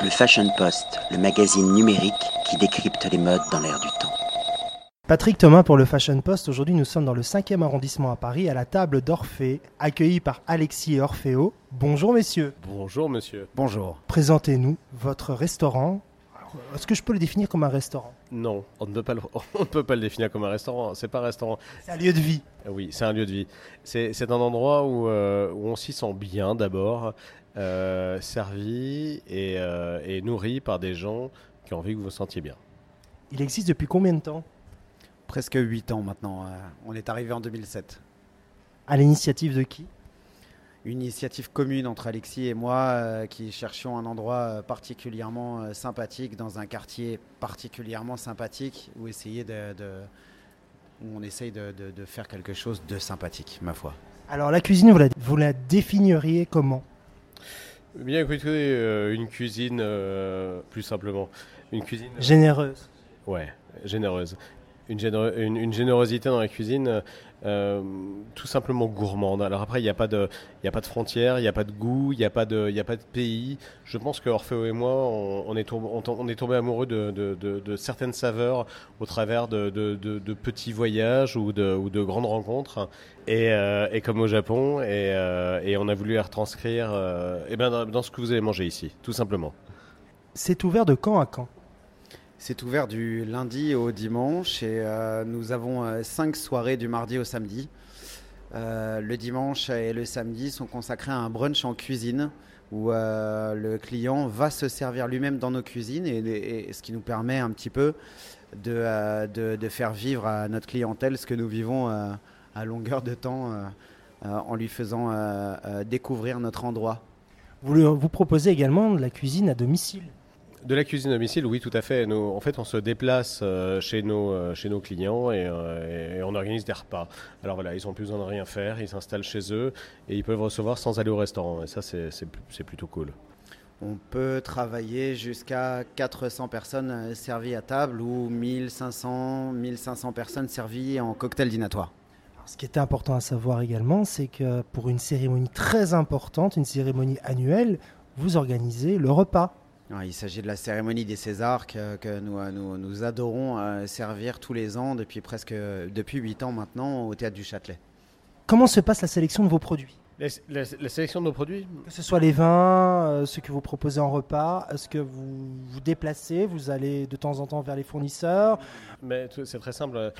Le Fashion Post, le magazine numérique qui décrypte les modes dans l'air du temps. Patrick Thomas pour le Fashion Post. Aujourd'hui, nous sommes dans le 5e arrondissement à Paris, à la table d'Orphée, accueillis par Alexis et Orfeo. Bonjour messieurs. Bonjour monsieur. Bonjour. Présentez-nous votre restaurant. Alors, est-ce que je peux le définir comme un restaurant ? Non, on ne peut pas le définir comme un restaurant. C'est pas un restaurant. C'est un lieu de vie. Oui, c'est un lieu de vie. C'est un endroit où on s'y sent bien d'abord, servi et nourri par des gens qui ont envie que vous vous sentiez bien. Il existe depuis combien de temps ? Presque 8 ans maintenant. On est arrivé en 2007. À l'initiative de qui ? Une initiative commune entre Alexis et moi qui cherchions un endroit particulièrement sympathique dans un quartier particulièrement sympathique où on essaye de faire quelque chose de sympathique, ma foi. Alors la cuisine, vous la définiriez comment ? Bien écoutez, une cuisine, plus simplement. Une cuisine... Généreuse. Ouais, généreuse. Une générosité dans la cuisine, tout simplement gourmande. Alors après, il n'y a pas de frontières, il n'y a pas de goût, il n'y a pas de pays. Je pense que Orfeo et moi, on est tombé amoureux de certaines saveurs au travers de petits voyages ou de grandes rencontres. Et comme au Japon, et on a voulu les retranscrire dans ce que vous allez manger ici, tout simplement. C'est ouvert de quand à quand ? C'est ouvert du lundi au dimanche et nous avons 5 soirées du mardi au samedi. Le dimanche et le samedi sont consacrés à un brunch en cuisine où le client va se servir lui-même dans nos cuisines et ce qui nous permet un petit peu de faire vivre à notre clientèle ce que nous vivons à longueur de temps en lui faisant découvrir notre endroit. Vous proposez également de la cuisine à domicile ? De la cuisine à domicile, oui, tout à fait. En fait, on se déplace chez nos clients et on organise des repas. Alors voilà, ils n'ont plus besoin de rien faire, ils s'installent chez eux et ils peuvent recevoir sans aller au restaurant. Et ça, c'est plutôt cool. On peut travailler jusqu'à 400 personnes servies à table ou 1500 personnes servies en cocktail dînatoire. Alors, ce qui était important à savoir également, c'est que pour une cérémonie très importante, une cérémonie annuelle, vous organisez le repas. Il s'agit de la cérémonie des Césars que nous adorons servir tous les ans depuis 8 ans maintenant au Théâtre du Châtelet. Comment se passe la sélection de vos produits ? La sélection de nos produits ? Que ce soit les vins, ce que vous proposez en repas, est-ce que vous vous déplacez, vous allez de temps en temps vers les fournisseurs ? Mais c'est très simple.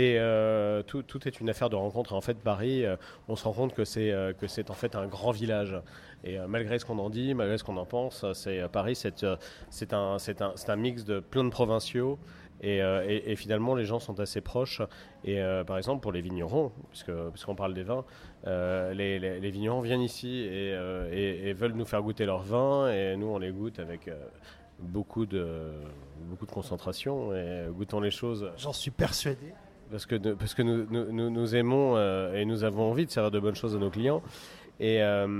Tout est une affaire de rencontre. En fait, Paris, on se rend compte que c'est en fait un grand village. Et malgré ce qu'on en dit, malgré ce qu'on en pense, Paris, c'est un mix de plein de provinciaux. Et finalement, les gens sont assez proches. Et par exemple, pour les vignerons, puisqu'on parle des vins, les vignerons viennent ici et veulent nous faire goûter leurs vins. Et nous, on les goûte avec beaucoup de concentration et goûtons les choses. J'en suis persuadé. Parce que nous aimons et nous avons envie de servir de bonnes choses à nos clients. Et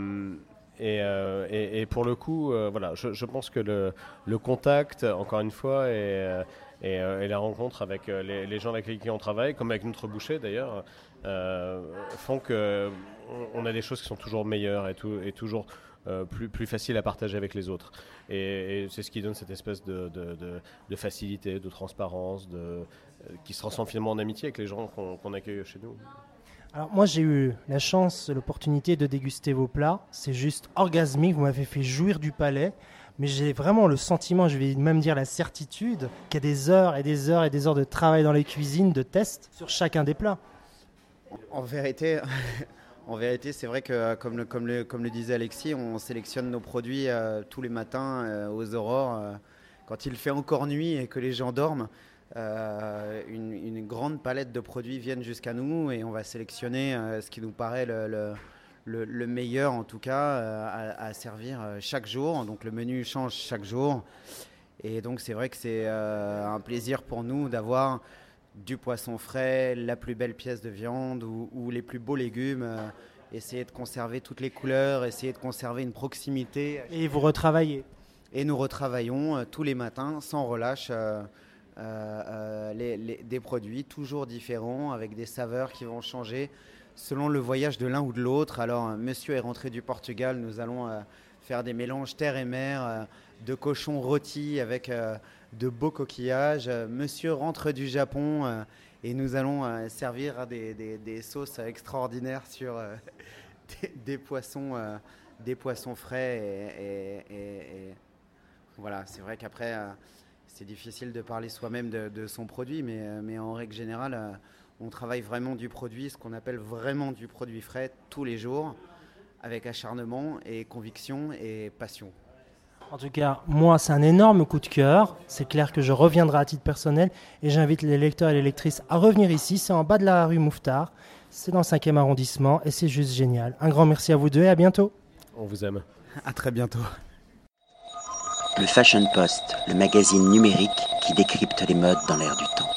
pour le coup, voilà, je pense que le contact, encore une fois, et la rencontre avec les gens avec qui on travaille, comme avec notre boucher d'ailleurs, font qu'on a des choses qui sont toujours meilleures et toujours plus faciles à partager avec les autres. Et c'est ce qui donne cette espèce de facilité, de transparence, qui se transforme finalement en amitié avec les gens qu'on accueille chez nous. Alors moi j'ai eu la chance, l'opportunité de déguster vos plats. C'est juste orgasmique, vous m'avez fait jouir du palais. Mais j'ai vraiment le sentiment, je vais même dire la certitude, qu'il y a des heures et des heures et des heures de travail dans les cuisines, de tests sur chacun des plats. En vérité, c'est vrai que comme le disait Alexis, on sélectionne nos produits tous les matins aux aurores quand il fait encore nuit et que les gens dorment. Une grande palette de produits viennent jusqu'à nous et on va sélectionner ce qui nous paraît le meilleur en tout cas à servir chaque jour. Donc le menu change chaque jour et donc c'est vrai que c'est un plaisir pour nous d'avoir du poisson frais, la plus belle pièce de viande ou les plus beaux légumes, essayer de conserver toutes les couleurs, essayer de conserver une proximité. Et vous retravaillez ? Et nous retravaillons tous les matins sans relâche des produits toujours différents avec des saveurs qui vont changer selon le voyage de l'un ou de l'autre. Alors monsieur est rentré du Portugal, nous allons faire des mélanges terre et mer cochons rôtis avec de beaux coquillages. Monsieur rentre du Japon et nous allons servir des sauces extraordinaires sur des poissons frais. Et voilà, c'est vrai qu'après, c'est difficile de parler soi-même de son produit, mais en règle générale, on travaille vraiment du produit, ce qu'on appelle vraiment du produit frais tous les jours, avec acharnement et conviction et passion. En tout cas, moi, c'est un énorme coup de cœur. C'est clair que je reviendrai à titre personnel et j'invite les lecteurs et les lectrices à revenir ici. C'est en bas de la rue Mouffetard. C'est dans le 5e arrondissement et c'est juste génial. Un grand merci à vous deux et à bientôt. On vous aime. À très bientôt. Le Fashion Post, le magazine numérique qui décrypte les modes dans l'air du temps.